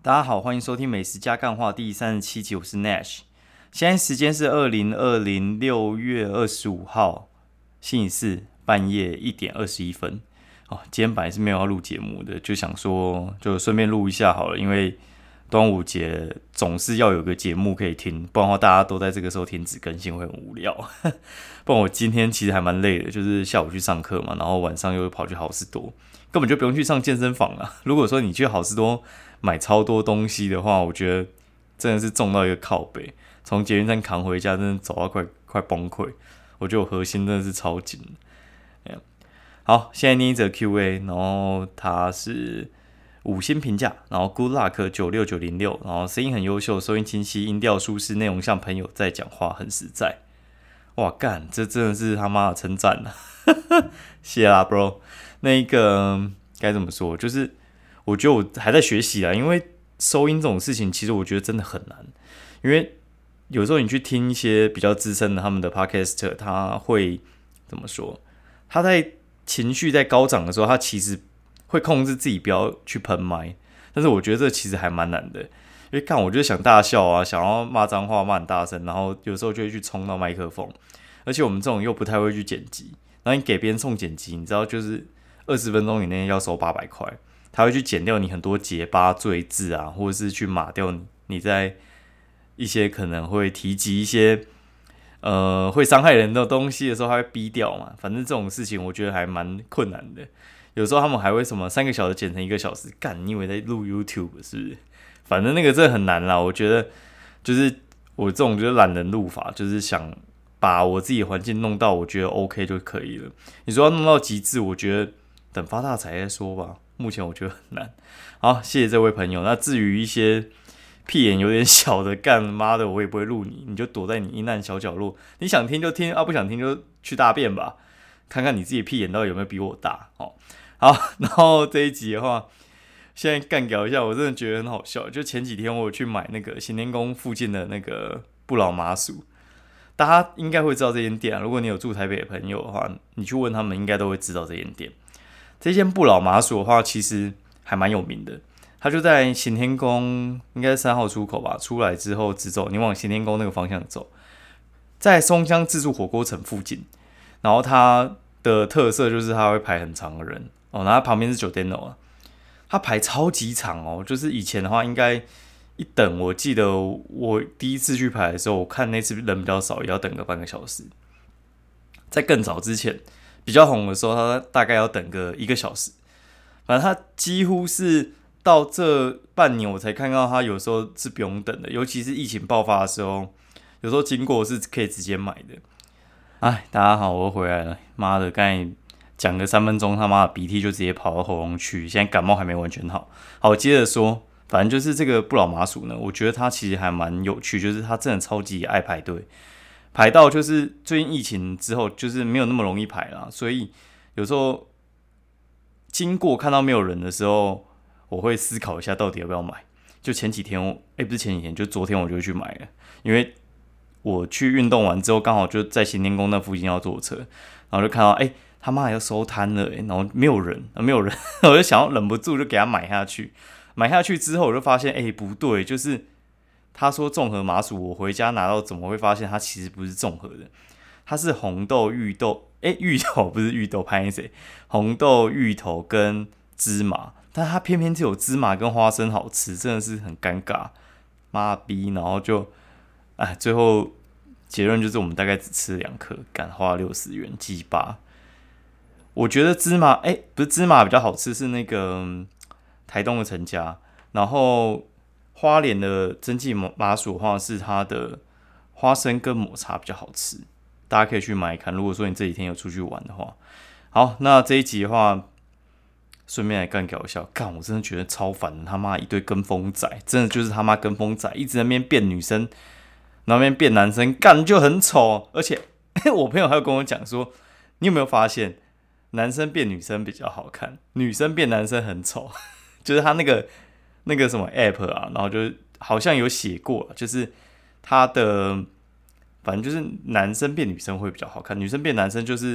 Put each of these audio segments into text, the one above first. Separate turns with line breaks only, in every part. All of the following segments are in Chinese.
大家好，欢迎收听美食加干话第37集，我是 Nash。现在时间是2020 6月25号星期四半夜1点21分。今天本来是没有要录节目的，就想说就顺便录一下好了，因为端午节总是要有个节目可以听，不然的话大家都在这个时候停止更新会很无聊。不然我今天其实还蛮累的，就是下午去上课嘛，然后晚上又跑去好事多，根本就不用去上健身房了。如果说你去好事多买超多东西的话，我觉得真的是重到一个靠北，从捷运站扛回家，真的走到快崩溃。我觉得我核心真的是超紧。好，现在念一则 Q&A， 然后它是5星评价，然后 Good Luck 96906，然后声音很优秀，收音清晰，音调舒适，内容像朋友在讲话，很实在。哇干，这真的是他妈的称赞了，谢啦 bro。那个该怎么说，就是我觉得我还在学习啦，因为收音这种事情，其实我觉得真的很难，因为有时候你去听一些比较资深的他们的 podcast， 他会怎么说？他在情绪在高涨的时候，他其实会控制自己不要去喷麦，但是我觉得这其实还蛮难的，因为看我就想大笑啊，想要骂脏话骂很大声，然后有时候就会去冲到麦克风，而且我们这种又不太会去剪辑，然后你给别人送剪辑，你知道就是20分钟以内要收800块，他会去剪掉你很多结巴赘字啊，或者是去码掉你在一些可能会提及一些会伤害人的东西的时候，他会逼掉嘛。反正这种事情我觉得还蛮困难的。有时候他们还会什么3个小时剪成1个小时，干你以为在录 YouTube 是不是？反正那个真的很难啦。我觉得就是我这种就是懒人录法，就是想把我自己的环境弄到我觉得 OK 就可以了。你说要弄到极致，我觉得等发大财再说吧。目前我觉得很难。好，谢谢这位朋友。那至于一些屁眼有点小的，干妈的我也不会录你，你就躲在你阴暗小角落，你想听就听啊，不想听就去大便吧，看看你自己屁眼到底有没有比我大。好，然后这一集的话，现在干搞一下，我真的觉得很好笑。就前几天我有去买那个行天宫附近的那个不老麻薯，大家应该会知道这间店啊。如果你有住台北的朋友的话，你去问他们，应该都会知道这间店。这间不老麻薯的话，其实还蛮有名的。它就在行天宫，应该是3号出口吧。出来之后直走，你往行天宫那个方向走，在松江自助火锅城附近。然后它的特色就是它会排很长的人然后它旁边是酒店楼它排超级长哦。就是以前的话，应该一等，我记得我第一次去排的时候，我看那次人比较少，也要等个半个小时。在更早之前，比较红的时候，它大概要等个1个小时。反正它几乎是到这半年我才看到它有时候是不用等的，尤其是疫情爆发的时候，有时候经过是可以直接买的。大家好，我又回来了。妈的，刚才讲个3分钟，他妈的鼻涕就直接跑到喉咙去，现在感冒还没完全好。好，接着说，反正就是这个不老麻薯呢，我觉得它其实还蛮有趣，就是它真的超级爱排队，排到就是最近疫情之后，就是没有那么容易排啦，所以有时候经过看到没有人的时候，我会思考一下到底要不要买。就前几天不是前几天，就昨天我就去买了，因为我去运动完之后，刚好就在行天宫那附近要坐车，然后就看到他妈要收摊了然后没有人，我就想要忍不住就给他买下去。买下去之后，我就发现不对，就是他说综合麻薯，我回家拿到怎么会发现它其实不是综合的，它是红豆、芋头，芋头不是芋豆，拍谁？红豆、芋头跟芝麻，但它偏偏只有芝麻跟花生好吃，真的是很尴尬，妈逼！然后就，最后结论就是我们大概只吃2颗，干花了60元，鸡巴。我觉得芝麻，不是芝麻比较好吃，是那个台东的陈家，然后花莲的蒸汽麻薯的话是它的花生跟抹茶比较好吃。大家可以去买看。如果说你这几天有出去玩的话，好，那这一集的话，顺便来干搞笑。干，我真的觉得超烦的，他妈一堆跟风仔，真的就是他妈跟风仔，一直在那边变女生，然后那边变男生，干就很丑。而且我朋友还有跟我讲说，你有没有发现，男生变女生比较好看，女生变男生很丑？就是他那个什么 app 啊，然后就好像有写过，就是他的。反正就是男生变女生会比较好看，女生变男生就是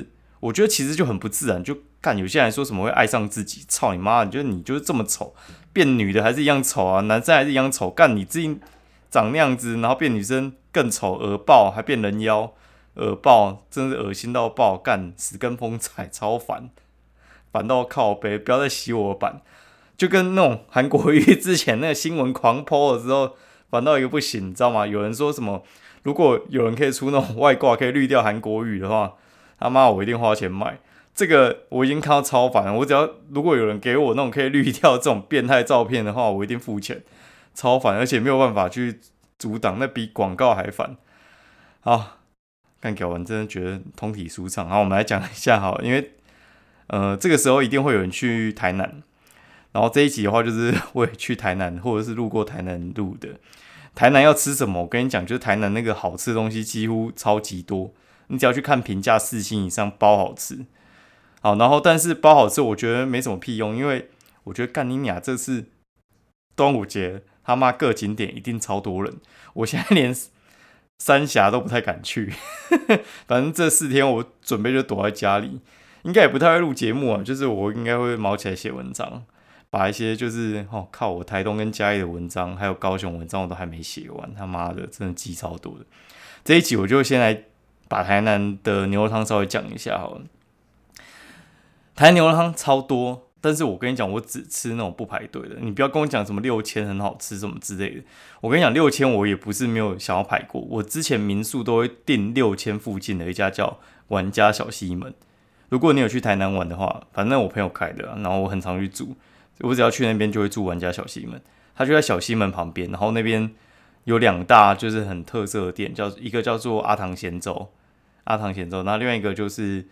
我觉得其实就很不自然，就干有些人说什么会爱上自己，操你妈！你就是这么丑，变女的还是一样丑啊，男生还是一样丑，干你自己长那样子，然后变女生更丑，恶爆还变人妖，恶爆真是恶心到爆，干死跟风踩超烦，烦到靠北，不要再洗我的版，就跟那种韩国瑜之前那个新闻狂po的时候，烦到一个不行，你知道吗？有人说什么，如果有人可以出那种外挂可以滤掉韩国瑜的话，他妈我一定花钱买。这个我已经看到超烦了，我只要如果有人给我那种可以滤掉这种变态照片的话，我一定付钱，超烦，而且没有办法去阻挡，那比广告还烦。好，看搞完真的觉得通体舒畅。好，我们来讲一下好了，因为这个时候一定会有人去台南，然后这一集的话就是我也去台南或者是路过台南录的。台南要吃什么？我跟你讲，就是台南那个好吃的东西几乎超级多，你只要去看评价4星以上，包好吃。好，然后但是包好吃，我觉得没什么屁用，因为我觉得干你娘这次端午节他妈各景点一定超多人，我现在连三峡都不太敢去，反正这4天我准备就躲在家里，应该也不太会录节目啊，就是我应该会毛起来写文章，把一些就是靠我台东跟嘉义的文章，还有高雄文章我都还没写完，他妈的真的记超多的。这一集我就先来把台南的牛肉汤稍微讲一下好了。台南牛肉汤超多，但是我跟你讲，我只吃那种不排队的。你不要跟我讲什么6000很好吃什么之类的。我跟你讲，6000我也不是没有想要排过。我之前民宿都会订6000附近的一家叫玩家小西门。如果你有去台南玩的话，反正我朋友开的，然后我很常去住。我只要去那边就会住玩家小西门，它就在小西门旁边。然后那边有2大就是很特色的店，一个叫做阿唐咸粥，然后另外一个就是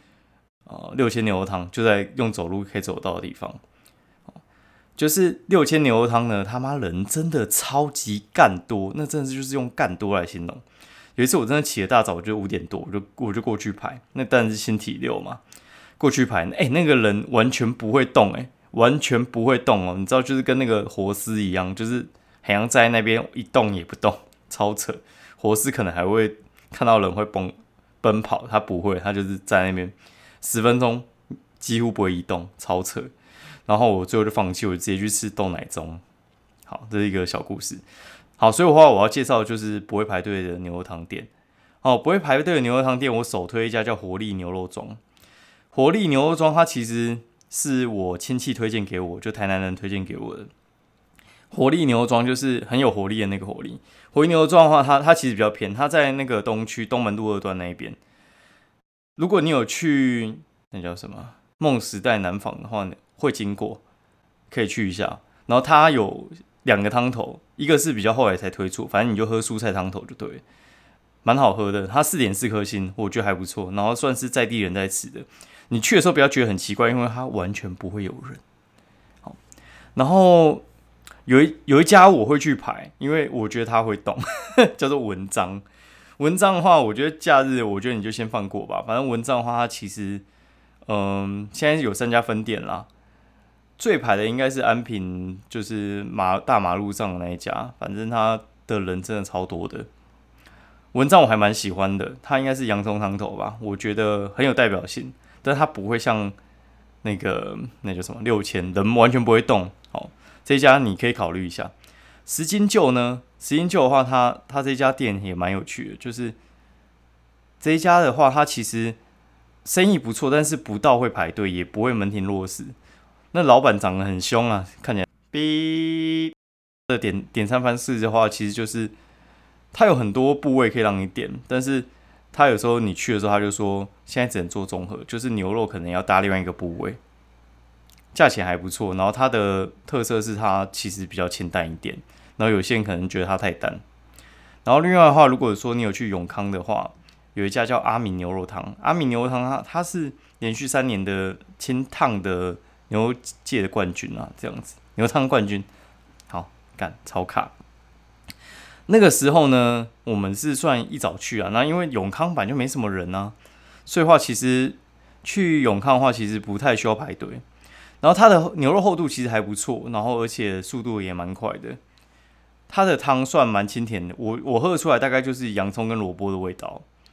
6000牛肉汤，就在用走路可以走到的地方。就是6000牛肉汤呢，他妈人真的超级干多，那真的就是用干多来形容。有一次我真的起了大早，就5点多，我就过去排，那当然是星期六嘛，过去排，那个人完全不会动，完全不会动哦，你知道，就是跟那个活尸一样，就是好像在那边一动也不动，超扯。活尸可能还会看到人会奔跑，他不会，他就是在那边10分钟几乎不会移动，超扯。然后我最后就放弃，我直接去吃豆奶盅。好，这是一个小故事。好，所以的话我要介绍就是不会排队的牛肉汤店。不会排队的牛肉汤店，我首推一家叫活力牛肉庄。活力牛肉庄它其实是我亲戚推荐给我，就台南人推荐给我的。活力牛肉庄就是很有活力的那个活力。活力牛肉庄的话，它其实比较偏，它在那个东区东门路2段那一边。如果你有去那叫什么梦时代南纺的话，会经过，可以去一下。然后它有2个汤头，一个是比较后来才推出，反正你就喝蔬菜汤头就对了，蛮好喝的。它4.4颗星，我觉得还不错。然后算是在地人在吃的，你去的时候不要觉得很奇怪，因为它完全不会有人。好，然后有一家我会去排，因为我觉得它会动，叫做文章。文章的话，我觉得假日，我觉得你就先放过吧。反正文章的话，它其实，现在有3家分店啦。最排的应该是安平，就是大马路上的那一家。反正它的人真的超多的。文章我还蛮喜欢的，它应该是洋葱汤头吧，我觉得很有代表性，但它不会像那叫什么6000，人完全不会动。好，这一家你可以考虑一下。石金旧呢？石金旧的话，它这家店也蛮有趣的，就是这一家的话，它其实生意不错，但是不到会排队，也不会门庭若市。那老板长得很凶啊，看起来逼的点餐方式的话，其实就是它有很多部位可以让你点，但是他有时候你去的时候，他就说现在只能做综合，就是牛肉可能要搭另外一个部位，价钱还不错。然后它的特色是它其实比较清淡一点，然后有些人可能觉得它太淡。然后另外的话，如果说你有去永康的话，有一家叫阿明牛肉汤。阿明牛肉汤它是连续3年的清烫的牛肉界的冠军啊，这样子牛汤冠军。好，干超卡。那个时候呢，我们是算一早去啊，那因为永康本就没什么人啊，所以话其实去永康的话，其实不太需要排队。然后它的牛肉厚度其实还不错，然后而且速度也蛮快的。它的汤算蛮清甜的，我喝得出来大概就是洋葱跟萝卜的味道。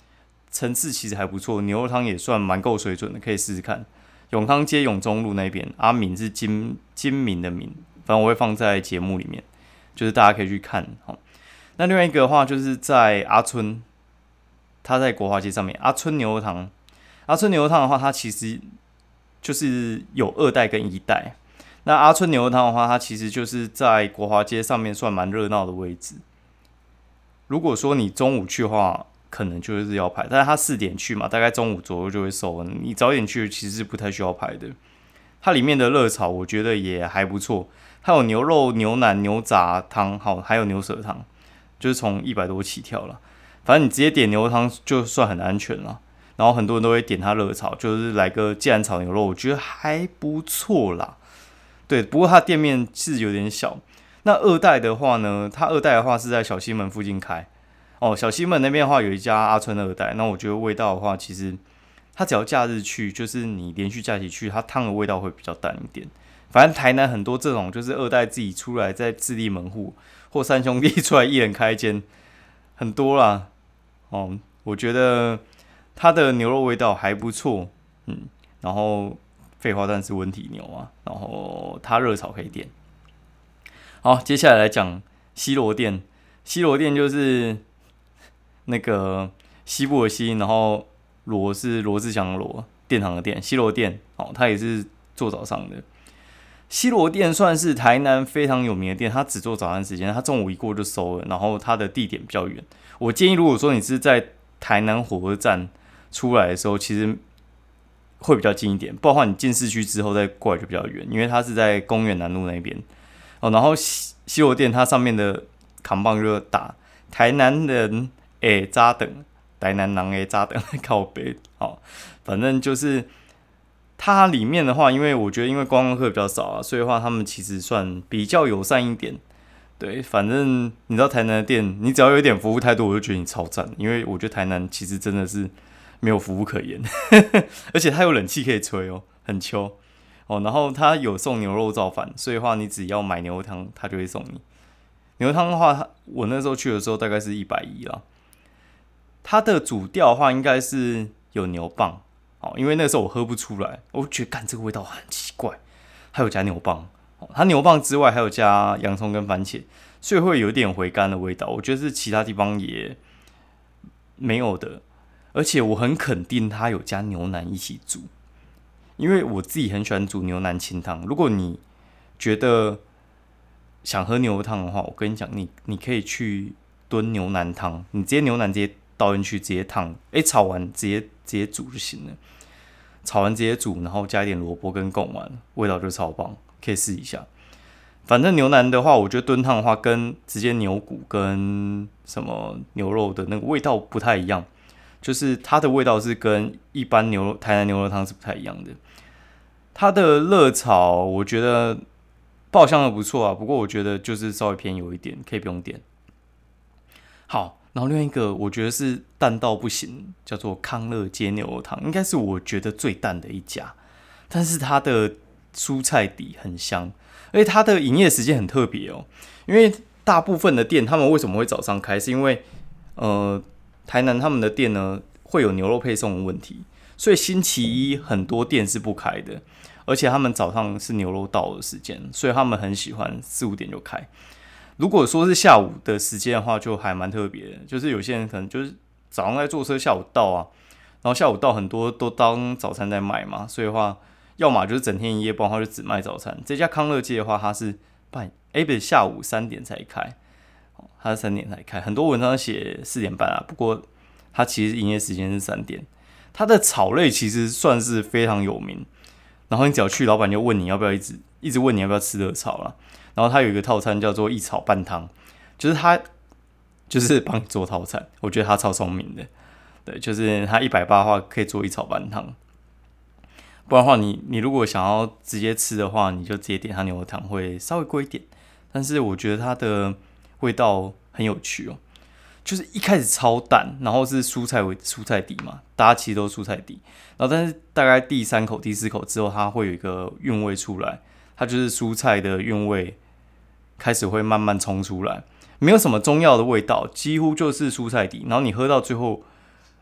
层次其实还不错，牛肉汤也算蛮够水准的，可以试试看。永康街永中路那边，阿敏是金明的敏，反正我会放在节目里面，就是大家可以去看。那另外一个的话，就是在阿春，他在国华街上面，阿春牛肉汤。阿春牛肉汤的话，它其实就是有2代跟1代。那阿春牛肉汤的话，它其实就是在国华街上面算蛮热闹的位置。如果说你中午去的话，可能就是要排，但是它4点去嘛，大概中午左右就会收了。你早点去其实是不太需要排的。它里面的热炒我觉得也还不错，它有牛肉、牛腩、牛杂汤，好，还有牛舌汤，就是从100多起跳了。反正你直接点牛肉汤就算很安全了。然后很多人都会点它热炒，就是来个芥兰炒牛肉，我觉得还不错啦。对，不过它店面是有点小。那2代的话呢，它2代的话是在小西门附近开。小西门那边的话有一家阿春2代，那我觉得味道的话，其实它只要假日去，就是你连续假期去，它汤的味道会比较淡一点。反正台南很多这种就是2代自己出来在自立门户，或3兄弟出来一人开一间，很多啦。我觉得它的牛肉味道还不错，然后废话当然是温体牛啊，然后它热炒可以点。好，接下来讲西螺店。西螺店就是那个西部的西，然后罗是罗志祥的罗，殿堂的殿，西螺店。它也是做早上的。西螺店算是台南非常有名的店，它只做早餐时间，它中午一过就收了，然后它的地点比较远。我建议，如果说你是在台南火车站出来的时候，其实会比较近一点，不然的话你进市区之后再过来就比较远，因为它是在公园南路那边。然后西螺店它上面的扛棒就打台南人会早顿，台南人会早顿靠北。反正就是它里面的话，因为我觉得因为观光客比较少啊，所以的话他们其实算比较友善一点。对，反正你知道台南的店，你只要有一点服务态度，我就觉得你超赞。因为我觉得台南其实真的是没有服务可言，而且它有冷气可以吹很秋。然后它有送牛肉燥饭，所以的话你只要买牛肉汤，它就会送你。牛肉汤的话，我那时候去的时候大概是110啦。它的主调的话应该是有牛蒡，因为那时候我喝不出来，我觉得这个味道很奇怪，还有加牛蒡。它牛蒡之外还有加洋葱跟番茄，所以会有点回甘的味道。我觉得是其他地方也没有的，而且我很肯定它有加牛腩一起煮。因为我自己很喜欢煮牛腩清汤，如果你觉得想喝牛肉汤的话，我跟你讲，你可以去炖牛腩汤，你直接牛腩直接倒进去，直接烫，炒完直接煮就行了。炒完直接煮，然后加一点萝卜跟贡丸，味道就超棒，可以试一下。反正牛腩的话，我觉得炖汤的话，跟直接牛骨跟什么牛肉的那个味道不太一样，就是它的味道是跟一般台南牛肉汤是不太一样的。它的热炒我觉得爆香的不错啊，不过我觉得就是稍微偏油一点，可以不用点。好，然后另外一个我觉得是淡到不行，叫做康乐街牛肉汤，应该是我觉得最淡的一家，但是它的蔬菜底很香，而且它的营业时间很特别因为大部分的店他们为什么会早上开，是因为台南他们的店呢会有牛肉配送的问题，所以星期一很多店是不开的，而且他们早上是牛肉到的时间，所以他们很喜欢4-5点就开。如果说是下午的时间的话，就还蛮特别的，就是有些人可能就是早上在坐车，下午到啊，然后下午到很多都当早餐在卖嘛，所以的话，要么就是整天一夜，不然的话就只卖早餐。这家康乐街的话，它是下午3点才开，它是3点才开，很多文章写4点半啊，不过它其实营业时间是3点。它的炒类其实算是非常有名，然后你只要去，老板就问你要不要一直问你要不要吃热炒啦。然后它有一个套餐叫做一炒半汤，就是它就是帮你做套餐，我觉得它超聪明的。对，就是它180的话可以做一炒半汤，不然的话你如果想要直接吃的话，你就直接点它牛肉汤会稍微贵一点，但是我觉得它的味道很有趣就是一开始超淡，然后是蔬菜底嘛，大家其实都是蔬菜底，然后但是大概第3口、第4口之后，它会有一个韵味出来，它就是蔬菜的韵味开始会慢慢冲出来，没有什么中药的味道，几乎就是蔬菜底，然后你喝到最后，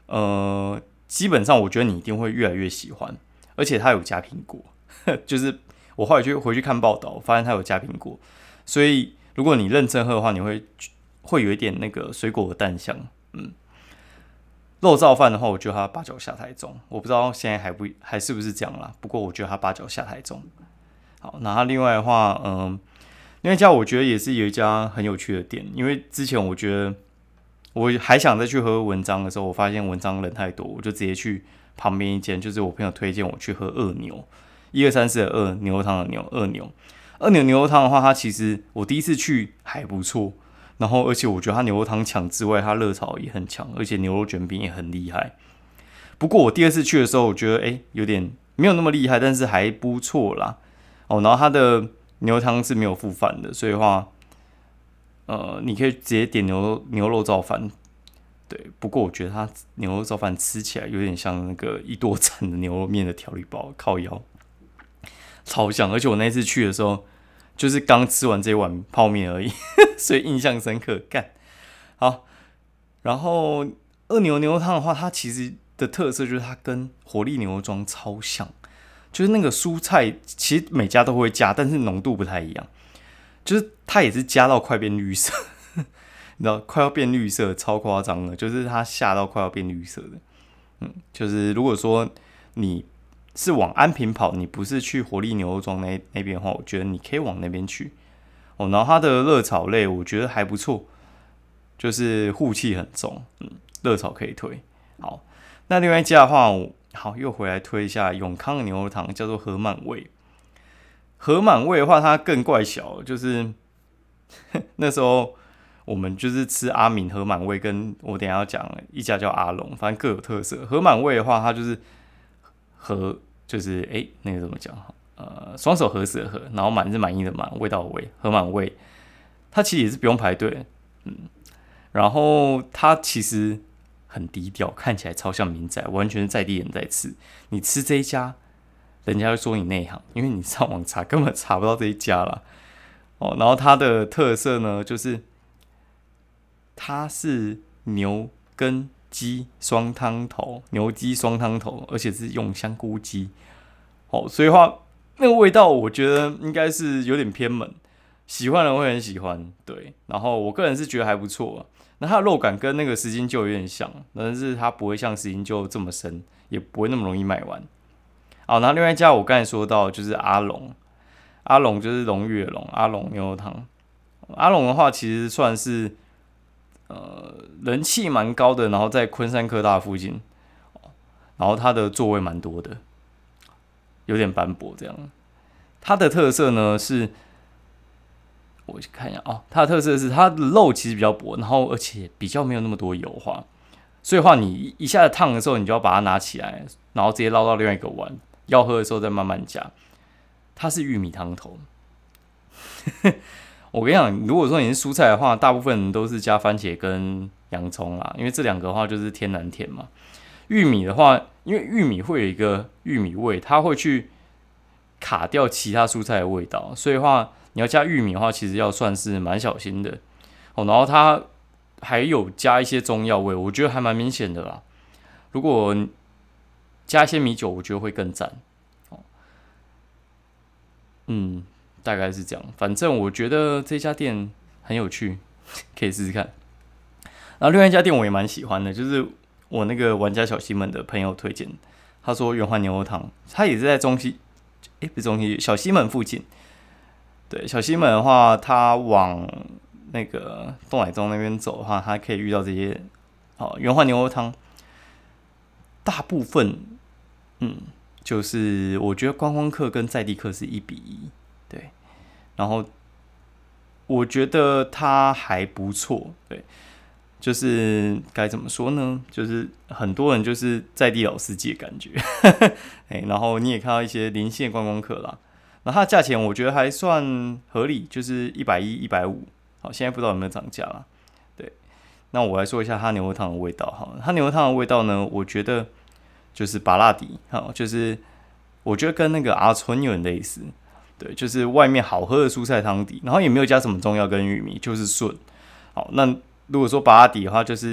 基本上我觉得你一定会越来越喜欢，而且它有加苹果，就是我后来就回去看报道，发现它有加苹果，所以如果你认真喝的话，你会有一点那个水果的淡香。肉燥饭的话，我觉得它八角下太重，我不知道现在还是不是这样啦。不过我觉得它八角下太重。好，那它另外的话，另外一家我觉得也是有一家很有趣的店，因为之前我觉得我还想再去喝文章的时候，我发现文章人太多，我就直接去旁边一间，就是我朋友推荐我去喝二牛，1234的二牛肉汤的牛二牛。二牛牛肉汤的话，它其实我第一次去还不错，然后而且我觉得它牛肉汤强之外，它热炒也很强，而且牛肉卷饼也很厉害。不过我第二次去的时候，我觉得有点没有那么厉害，但是还不错啦。然后它的牛汤是没有附饭的，所以的话，你可以直接点牛肉燥饭。对，不过我觉得它牛肉燥饭吃起来有点像那个一多餐的牛肉面的调理包，靠腰，超像。而且我那次去的时候，就是刚吃完这碗泡面而已，所以印象深刻。干好，然后二牛牛肉汤的话，它其实的特色就是它跟活力牛肉庄超像，就是那个蔬菜其实每家都会加，但是浓度不太一样，就是它也是加到快变绿色。你知道快要变绿色，超夸张的，就是它下到快要变绿色的。就是如果说你是往安平跑，你不是去活力牛肉庄那边的话，我觉得你可以往那边去。然后它的热炒类我觉得还不错，就是护气很重，热炒可以推。好，那另外一家的话，好又回来推一下永康的牛肉汤，叫做和满味。和满味的话，它更怪小，就是那时候。我们就是吃阿敏和满味，跟我等一下要讲一家叫阿龙，反正各有特色。和满味的话，它就是就是那个怎么讲？双手合十的合，然后满是满意的满，味道的味，和满味。它其实也是不用排队，然后它其实很低调，看起来超像民宅，完全是在地人在吃。你吃这一家，人家会说你内行，因为你上网查根本查不到这一家啦。然后它的特色呢，就是它是牛跟鸡双汤头，牛鸡双汤头，而且是用香菇鸡。所以话那个味道，我觉得应该是有点偏门，喜欢的人会很喜欢。对，然后我个人是觉得还不错。那它的肉感跟那个石金臼有点像，但是它不会像石金臼这么深，也不会那么容易卖完。好，然后另外一家我刚才说到就是阿龙，阿龙就是龙月龙，阿龙牛肉汤。阿龙的话其实算是人气蛮高的，然后在昆山科大附近，然后它的座位蛮多的，有点斑驳这样。它的特色呢是，我看一下它的特色是它的肉其实比较薄，然后而且比较没有那么多油花，所以的话你一下子烫的时候，你就要把它拿起来，然后直接捞到另外一个碗，要喝的时候再慢慢加。它是玉米汤头。我跟你讲，如果说你是蔬菜的话，大部分人都是加番茄跟洋葱啦，因为这两个的话就是天然甜嘛。玉米的话，因为玉米会有一个玉米味，它会去卡掉其他蔬菜的味道，所以的话你要加玉米的话，其实要算是蛮小心的。然后它还有加一些中药味，我觉得还蛮明显的啦。如果加一些米酒，我觉得会更赞。大概是这样。反正我觉得这家店很有趣，可以试试看。然后另外一家店我也蛮喜欢的，就是我那个玩家小西门的朋友推荐，他说圆环牛肉汤，他也是在中西，不是中西，小西门附近。对，小西门的话，他往那个东海中那边走的话，他可以遇到这些圆环牛肉汤。大部分就是我觉得观光客跟在地客是1比1，对，然后我觉得它还不错，对，就是该怎么说呢？就是很多人就是在地老司机的感觉，然后你也看到一些零线观光客啦，那它的价钱我觉得还算合理，就是110、150，好，现在不知道有没有涨价啦，对，那我来说一下它牛肉汤的味道哈，它牛肉汤的味道呢，我觉得。就是芭乐底，就是我觉得跟那个阿春有点类似，对，就是外面好喝的蔬菜汤底，然后也没有加什么中药跟玉米，就是顺。好，那如果说芭乐底的话，就是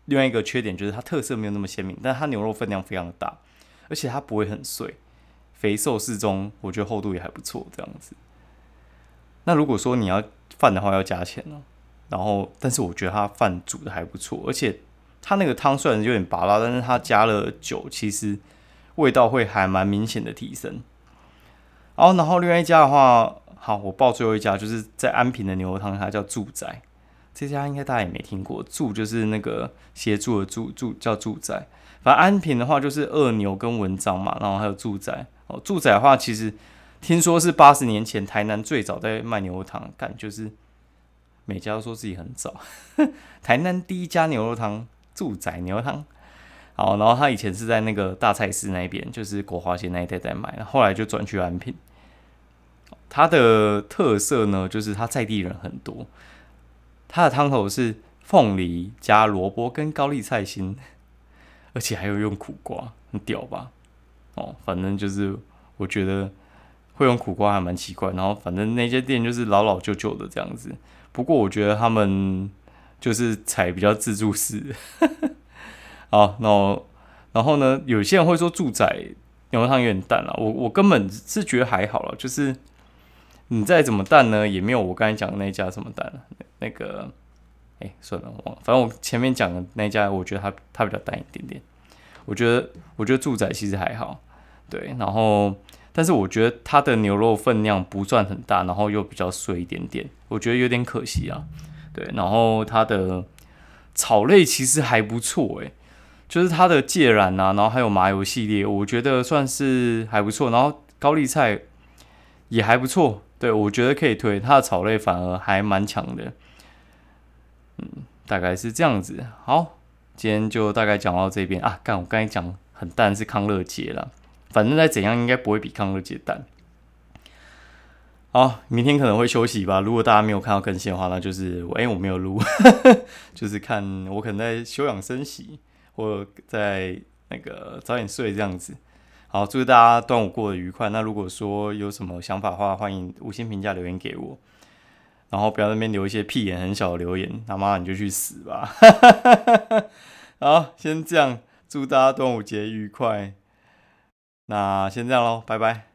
另外一个缺点就是它特色没有那么鲜明，但它牛肉分量非常的大，而且它不会很碎，肥瘦适中，我觉得厚度也还不错这样子。那如果说你要饭的话要加钱哦，然后但是我觉得它饭煮的还不错，而且它那个汤虽然有点拔辣，但是它加了酒，其实味道会还蛮明显的提升。然后另外一家的话，好，我报最后一家，就是在安平的牛肉汤，它叫住宅。这家应该大家也没听过，住就是那个协助的住，住叫住宅。反正安平的话就是二牛跟文章嘛，然后还有住宅。住宅的话，其实听说是80年前台南最早在卖牛肉汤，感就是每家都说自己很早。台南第一家牛肉汤，住宅牛肉汤。好，然后他以前是在那个大菜市那边，就是国华街那一带在卖，后来就转去安平。它的特色呢，就是它在地人很多。它的汤头是凤梨加萝卜跟高丽菜心，而且还有用苦瓜，很屌吧？反正就是我觉得会用苦瓜还蛮奇怪。然后反正那间店就是老老旧旧的这样子。不过我觉得他们就是采比较自助式。好，然后呢，有些人会说住宅牛肉汤有点淡了，我根本是觉得还好了，就是你再怎么淡呢，也没有我刚才讲的那家这么淡了。那个，算了，忘了，反正我前面讲的那家，我觉得它比较淡一点点。我觉得住宅其实还好，对，然后但是我觉得它的牛肉分量不算很大，然后又比较碎一点点，我觉得有点可惜啊。对，然后它的草类其实还不错，就是它的芥兰啊，然后还有麻油系列，我觉得算是还不错。然后高丽菜也还不错，对，我觉得可以推。它的草类反而还蛮强的，大概是这样子。好，今天就大概讲到这边啊。我刚才讲很淡是康乐街啦，反正再怎样应该不会比康乐街淡。好，明天可能会休息吧。如果大家没有看到更新的话，那就是我没有录，就是看我可能在休养生息，或在那个早点睡这样子。好，祝大家端午过得愉快。那如果说有什么想法的话，欢迎5星评价留言给我，然后不要在那边留一些屁眼很小的留言，他妈你就去死吧。好，先这样，祝大家端午节愉快。那先这样咯，拜拜。